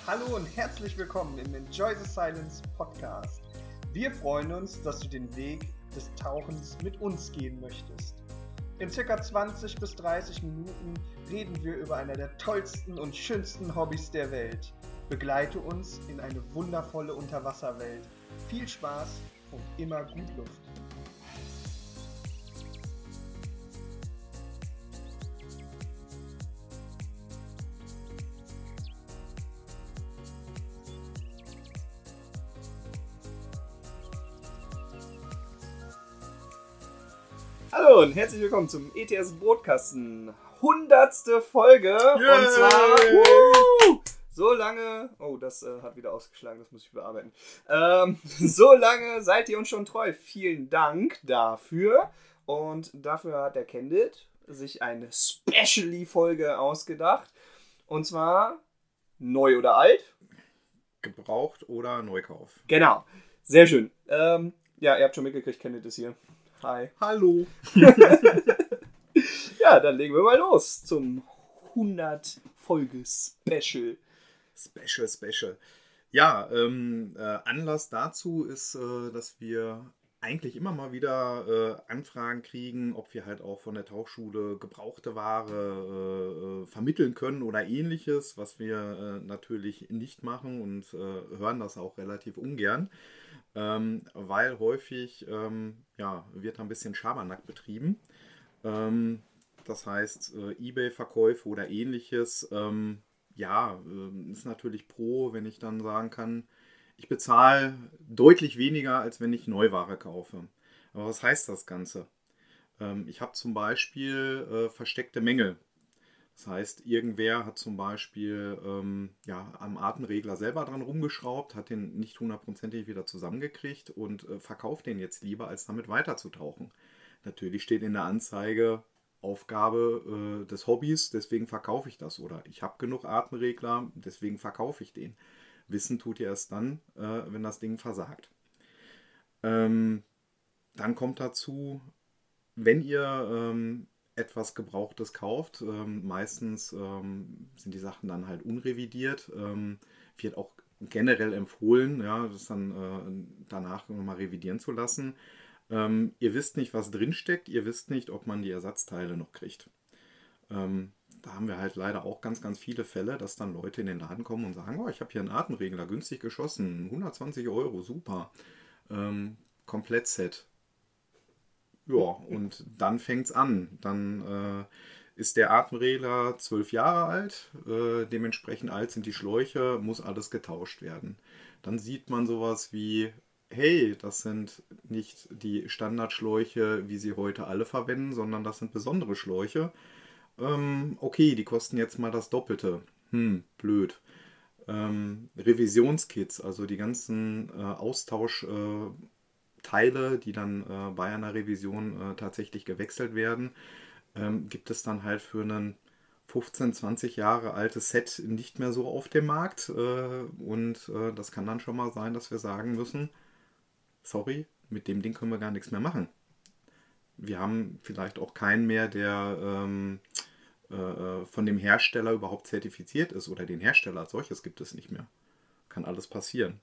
Hallo und herzlich willkommen im Enjoy the Silence Podcast. Wir freuen uns, dass du den Weg des Tauchens mit uns gehen möchtest. In ca. 20 bis 30 Minuten reden wir über einer der tollsten und schönsten Hobbys der Welt. Begleite uns in eine wundervolle Unterwasserwelt. Viel Spaß und immer gut Luft. Hallo und herzlich willkommen zum ETS Brotkasten. 100. Folge. Yay! Und zwar so lange. Oh, das hat wieder ausgeschlagen, das muss ich bearbeiten. So lange seid ihr uns schon treu. Vielen Dank dafür. Und dafür hat der Candid sich eine Specially-Folge ausgedacht. Und zwar neu oder alt? Gebraucht oder Neukauf. Genau. Sehr schön. Ja, ihr habt schon mitgekriegt, Candid ist hier. Hi. Hallo. Ja, dann legen wir mal los zum 100-Folge-Special. Special. Ja, Anlass dazu ist, dass wir eigentlich immer mal wieder Anfragen kriegen, ob wir halt auch von der Tauchschule gebrauchte Ware vermitteln können oder ähnliches, was wir natürlich nicht machen und hören das auch relativ ungern. Weil häufig wird ein bisschen Schabernack betrieben. Das heißt, eBay-Verkäufe oder ähnliches, ist natürlich pro, wenn ich dann sagen kann, ich bezahle deutlich weniger, als wenn ich Neuware kaufe. Aber was heißt das Ganze? Ich habe zum Beispiel versteckte Mängel. Das heißt, irgendwer hat zum Beispiel am Atemregler selber dran rumgeschraubt, hat den nicht hundertprozentig wieder zusammengekriegt und verkauft den jetzt lieber, als damit weiterzutauchen. Natürlich steht in der Anzeige Aufgabe des Hobbys, deswegen verkaufe ich das. Oder ich habe genug Atemregler, deswegen verkaufe ich den. Wissen tut ihr erst dann, wenn das Ding versagt. Dann kommt dazu, wenn ihr etwas Gebrauchtes kauft. Meistens sind die Sachen dann halt unrevidiert. Wird auch generell empfohlen, das dann danach nochmal revidieren zu lassen. Ihr wisst nicht, was drinsteckt. Ihr wisst nicht, ob man die Ersatzteile noch kriegt. Da haben wir halt leider auch ganz, ganz viele Fälle, dass dann Leute in den Laden kommen und sagen, ich habe hier einen Atemregler, günstig geschossen, 120 €, super. Komplettset. Ja, und dann fängt es an. Dann ist der Atemregler 12 Jahre alt, dementsprechend alt sind die Schläuche, muss alles getauscht werden. Dann sieht man sowas wie, hey, das sind nicht die Standardschläuche, wie sie heute alle verwenden, sondern das sind besondere Schläuche. Okay, die kosten jetzt mal das Doppelte. Blöd. Revisionskits, also die ganzen Austauschteile, die dann bei einer Revision tatsächlich gewechselt werden, gibt es dann halt für ein 15, 20 Jahre altes Set nicht mehr so auf dem Markt. Und das kann dann schon mal sein, dass wir sagen müssen, sorry, mit dem Ding können wir gar nichts mehr machen. Wir haben vielleicht auch keinen mehr, der von dem Hersteller überhaupt zertifiziert ist oder den Hersteller als solches gibt es nicht mehr. Kann alles passieren.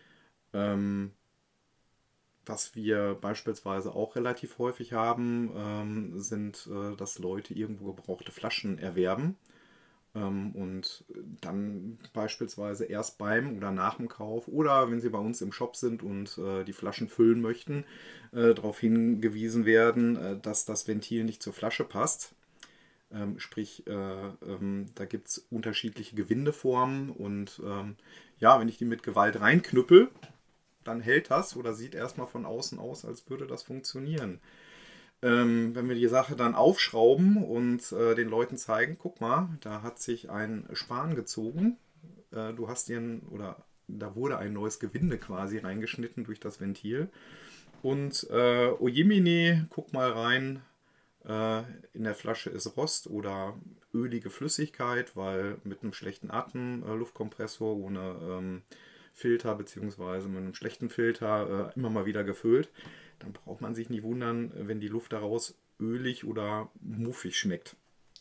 Was wir beispielsweise auch relativ häufig haben, sind, dass Leute irgendwo gebrauchte Flaschen erwerben und dann beispielsweise erst beim oder nach dem Kauf oder wenn sie bei uns im Shop sind und die Flaschen füllen möchten, darauf hingewiesen werden, dass das Ventil nicht zur Flasche passt. Sprich, da gibt es unterschiedliche Gewindeformen und wenn ich die mit Gewalt reinknüppel, dann hält das oder sieht erstmal von außen aus, als würde das funktionieren. Wenn wir die Sache dann aufschrauben und den Leuten zeigen, guck mal, da hat sich ein Span gezogen, da wurde ein neues Gewinde quasi reingeschnitten durch das Ventil und ojemine, guck mal rein, in der Flasche ist Rost oder ölige Flüssigkeit, weil mit einem schlechten Atemluftkompressor ohne Filter bzw. mit einem schlechten Filter immer mal wieder gefüllt, dann braucht man sich nicht wundern, wenn die Luft daraus ölig oder muffig schmeckt.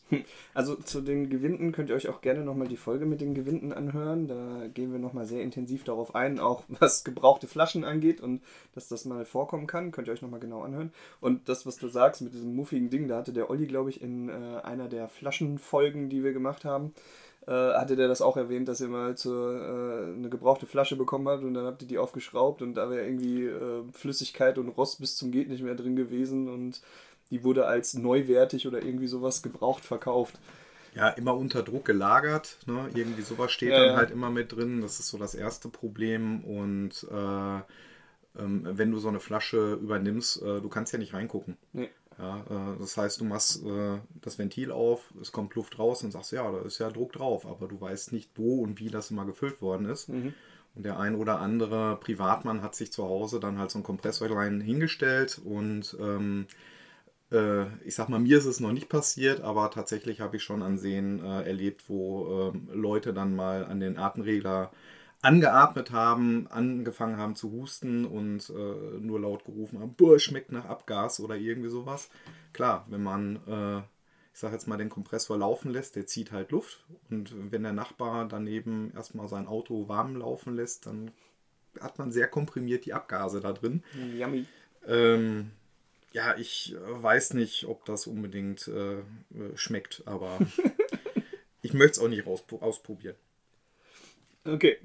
Also zu den Gewinden könnt ihr euch auch gerne nochmal die Folge mit den Gewinden anhören. Da gehen wir nochmal sehr intensiv darauf ein, auch was gebrauchte Flaschen angeht und dass das mal vorkommen kann. Könnt ihr euch nochmal genau anhören. Und das, was du sagst mit diesem muffigen Ding, da hatte der Olli, glaube ich, in einer der Flaschenfolgen, die wir gemacht haben, hatte der das auch erwähnt, dass ihr mal eine gebrauchte Flasche bekommen habt und dann habt ihr die aufgeschraubt und da wäre irgendwie Flüssigkeit und Rost bis zum geht nicht mehr drin gewesen und die wurde als neuwertig oder irgendwie sowas gebraucht verkauft. Ja, immer unter Druck gelagert, ne? Irgendwie sowas steht Ja, dann ja. halt immer mit drin. Das ist so das erste Problem. Und wenn du so eine Flasche übernimmst, du kannst ja nicht reingucken. Nee. Ja, das heißt, du machst das Ventil auf, es kommt Luft raus und sagst, ja, da ist ja Druck drauf, aber du weißt nicht, wo und wie das immer gefüllt worden ist. Mhm. Und der ein oder andere Privatmann hat sich zu Hause dann halt so ein Kompressorlein hingestellt und ich sag mal, mir ist es noch nicht passiert, aber tatsächlich habe ich schon an Seen erlebt, wo Leute dann mal an den Atemregler angeatmet haben, angefangen haben zu husten und nur laut gerufen haben, boah, schmeckt nach Abgas oder irgendwie sowas. Klar, wenn man, ich sag jetzt mal, den Kompressor laufen lässt, der zieht halt Luft und wenn der Nachbar daneben erstmal sein Auto warm laufen lässt, dann hat man sehr komprimiert die Abgase da drin. Yummy. Ja, ich weiß nicht, ob das unbedingt schmeckt, aber ich möchte es auch nicht ausprobieren. Okay.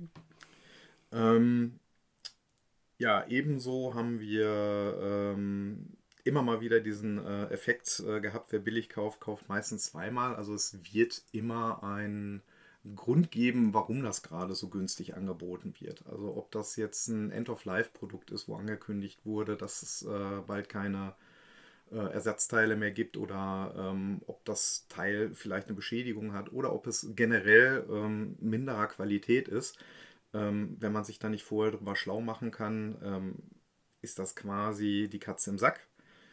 Ja, ebenso haben wir immer mal wieder diesen Effekt gehabt, wer billig kauft, kauft meistens zweimal. Also es wird immer einen Grund geben, warum das gerade so günstig angeboten wird. Also ob das jetzt ein End-of-Life-Produkt ist, wo angekündigt wurde, dass es bald keine Ersatzteile mehr gibt oder ob das Teil vielleicht eine Beschädigung hat oder ob es generell minderer Qualität ist. Wenn man sich da nicht vorher drüber schlau machen kann, ist das quasi die Katze im Sack.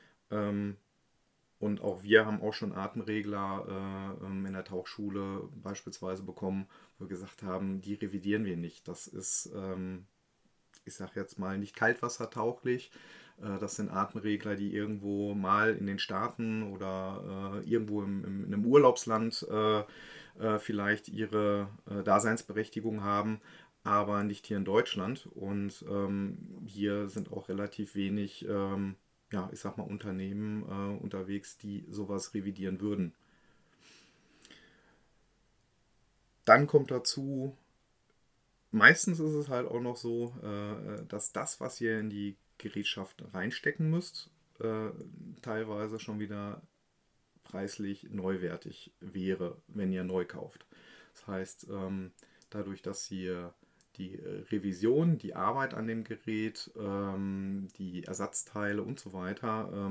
Und auch wir haben auch schon Atemregler in der Tauchschule beispielsweise bekommen, wo wir gesagt haben, die revidieren wir nicht. Das ist, ich sage jetzt mal, nicht kaltwassertauglich. Das sind Atemregler, die irgendwo mal in den Staaten oder irgendwo in einem Urlaubsland vielleicht ihre Daseinsberechtigung haben, aber nicht hier in Deutschland. Und hier sind auch relativ wenig, ja, ich sag mal, Unternehmen unterwegs, die sowas revidieren würden. Dann kommt dazu, meistens ist es halt auch noch so, dass das, was ihr in die Gerätschaft reinstecken müsst, teilweise schon wieder preislich neuwertig wäre, wenn ihr neu kauft. Das heißt, dadurch, dass ihr die Revision, die Arbeit an dem Gerät, die Ersatzteile und so weiter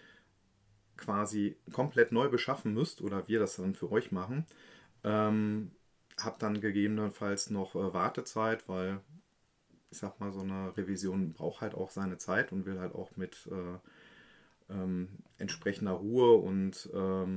quasi komplett neu beschaffen müsst oder wir das dann für euch machen, habt dann gegebenenfalls noch Wartezeit, weil ich sag mal, so eine Revision braucht halt auch seine Zeit und will halt auch mit entsprechender Ruhe und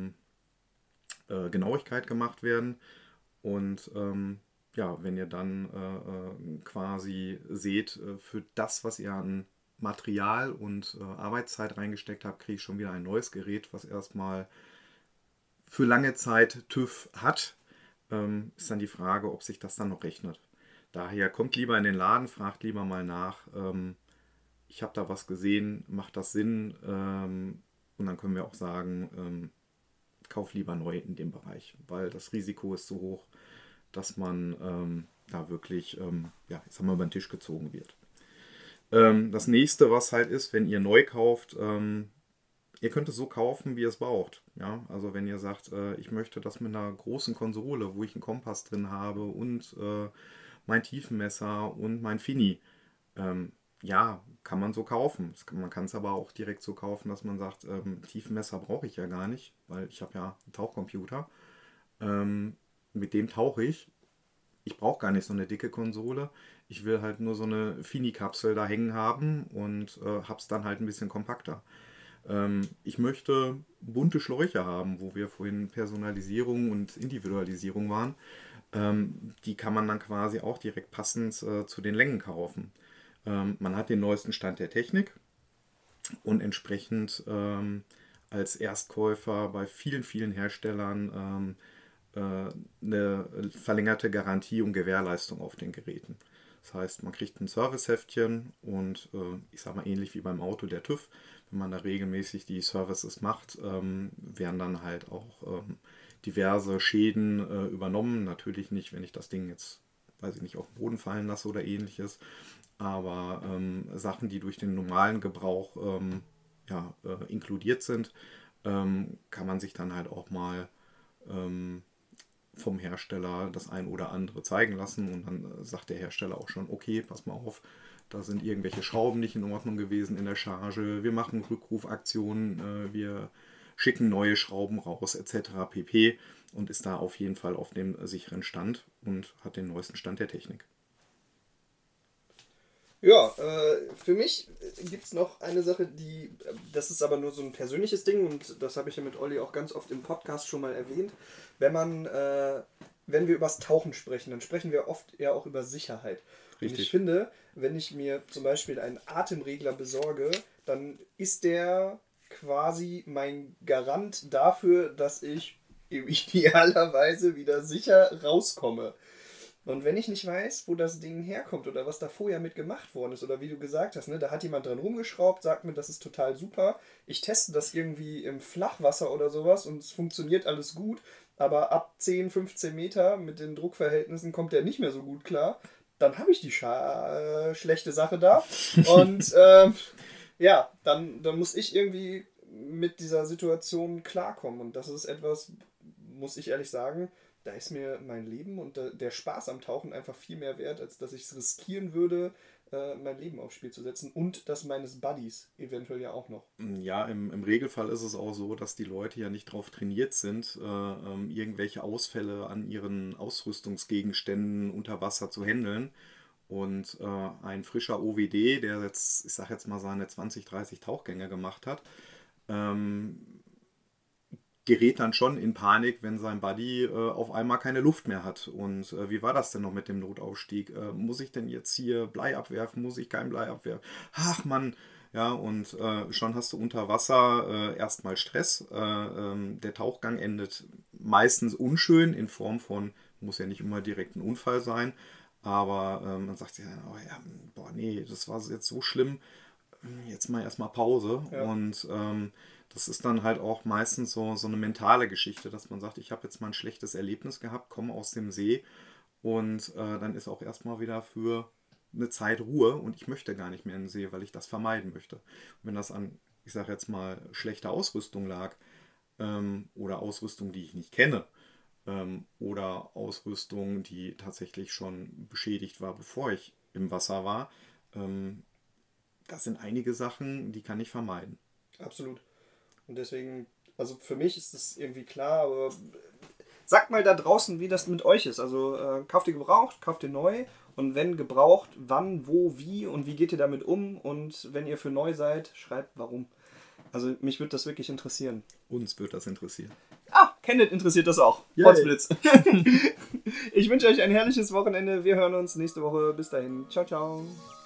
Genauigkeit gemacht werden. Und ja, wenn ihr dann quasi seht, für das, was ihr an Material und Arbeitszeit reingesteckt habt, kriege ich schon wieder ein neues Gerät, was erstmal für lange Zeit TÜV hat, ist dann die Frage, ob sich das dann noch rechnet. Daher kommt lieber in den Laden, fragt lieber mal nach. Ich habe da was gesehen, macht das Sinn? Und dann können wir auch sagen, kauf lieber neu in dem Bereich, weil das Risiko ist so hoch, dass man da wirklich, ja, ich sag mal, über den Tisch gezogen wird. Das nächste, was halt ist, wenn ihr neu kauft, ihr könnt es so kaufen, wie ihr es braucht. Ja? Also wenn ihr sagt, ich möchte das mit einer großen Konsole, wo ich einen Kompass drin habe und mein Tiefenmesser und mein Fini. Ja, kann man so kaufen. Man kann es aber auch direkt so kaufen, dass man sagt, Tiefenmesser brauche ich ja gar nicht, weil ich habe ja einen Tauchcomputer. Mit dem tauche ich. Ich brauche gar nicht so eine dicke Konsole. Ich will halt nur so eine Fini-Kapsel da hängen haben und habe es dann halt ein bisschen kompakter. Ich möchte bunte Schläuche haben, wo wir vorhin Personalisierung und Individualisierung waren. Die kann man dann quasi auch direkt passend zu den Längen kaufen. Man hat den neuesten Stand der Technik und entsprechend als Erstkäufer bei vielen, vielen Herstellern eine verlängerte Garantie und Gewährleistung auf den Geräten. Das heißt, man kriegt ein Serviceheftchen und ich sage mal ähnlich wie beim Auto der TÜV, wenn man da regelmäßig die Services macht, werden dann halt auch diverse Schäden übernommen. Natürlich nicht, wenn ich das Ding jetzt, weiß ich nicht, auf den Boden fallen lasse oder ähnliches, aber Sachen, die durch den normalen Gebrauch inkludiert sind, kann man sich dann halt auch mal vom Hersteller das ein oder andere zeigen lassen und dann sagt der Hersteller auch schon, okay, pass mal auf, da sind irgendwelche Schrauben nicht in Ordnung gewesen in der Charge, wir machen Rückrufaktionen, wir schicken neue Schrauben raus etc. pp. Und ist da auf jeden Fall auf dem sicheren Stand und hat den neuesten Stand der Technik. Ja, für mich gibt es noch eine Sache, das ist aber nur so ein persönliches Ding und das habe ich ja mit Olli auch ganz oft im Podcast schon mal erwähnt. Wenn wir übers Tauchen sprechen, dann sprechen wir oft ja auch über Sicherheit. Richtig. Und ich finde, wenn ich mir zum Beispiel einen Atemregler besorge, dann ist der quasi mein Garant dafür, dass ich idealerweise wieder sicher rauskomme. Und wenn ich nicht weiß, wo das Ding herkommt oder was da vorher mit gemacht worden ist oder wie du gesagt hast, ne, da hat jemand dran rumgeschraubt, sagt mir, das ist total super. Ich teste das irgendwie im Flachwasser oder sowas und es funktioniert alles gut, aber ab 10, 15 Meter mit den Druckverhältnissen kommt der nicht mehr so gut klar. Dann habe ich die schlechte Sache da und dann muss ich irgendwie mit dieser Situation klarkommen und das ist etwas, muss ich ehrlich sagen, da ist mir mein Leben und der Spaß am Tauchen einfach viel mehr wert, als dass ich es riskieren würde, mein Leben aufs Spiel zu setzen und das meines Buddies eventuell ja auch noch. Ja, im Regelfall ist es auch so, dass die Leute ja nicht darauf trainiert sind, irgendwelche Ausfälle an ihren Ausrüstungsgegenständen unter Wasser zu handeln. Und ein frischer OWD, der jetzt, ich sage jetzt mal, seine 20, 30 Tauchgänge gemacht hat, gerät dann schon in Panik, wenn sein Buddy auf einmal keine Luft mehr hat. Und wie war das denn noch mit dem Notausstieg? Muss ich denn jetzt hier Blei abwerfen? Muss ich kein Blei abwerfen? Ach Mann, ja, und schon hast du unter Wasser erstmal Stress. Der Tauchgang endet meistens unschön in Form von, muss ja nicht immer direkt ein Unfall sein, aber man sagt sich, oh ja, boah, nee, das war jetzt so schlimm, jetzt mal erstmal Pause. Ja. Und das ist dann halt auch meistens so eine mentale Geschichte, dass man sagt, ich habe jetzt mal ein schlechtes Erlebnis gehabt, komme aus dem See und dann ist auch erstmal wieder für eine Zeit Ruhe und ich möchte gar nicht mehr in den See, weil ich das vermeiden möchte. Und wenn das an, ich sage jetzt mal, schlechter Ausrüstung lag oder Ausrüstung, die ich nicht kenne oder Ausrüstung, die tatsächlich schon beschädigt war, bevor ich im Wasser war, das sind einige Sachen, die kann ich vermeiden. Absolut. Und deswegen, also für mich ist das irgendwie klar, aber sagt mal da draußen, wie das mit euch ist. Also kauft ihr gebraucht, kauft ihr neu und wenn gebraucht, wann, wo, wie und wie geht ihr damit um und wenn ihr für neu seid, schreibt warum. Also mich würde das wirklich interessieren. Uns würde das interessieren. Ah, Kenneth interessiert das auch. Potzblitz. Ich wünsche euch ein herrliches Wochenende. Wir hören uns nächste Woche. Bis dahin. Ciao, ciao.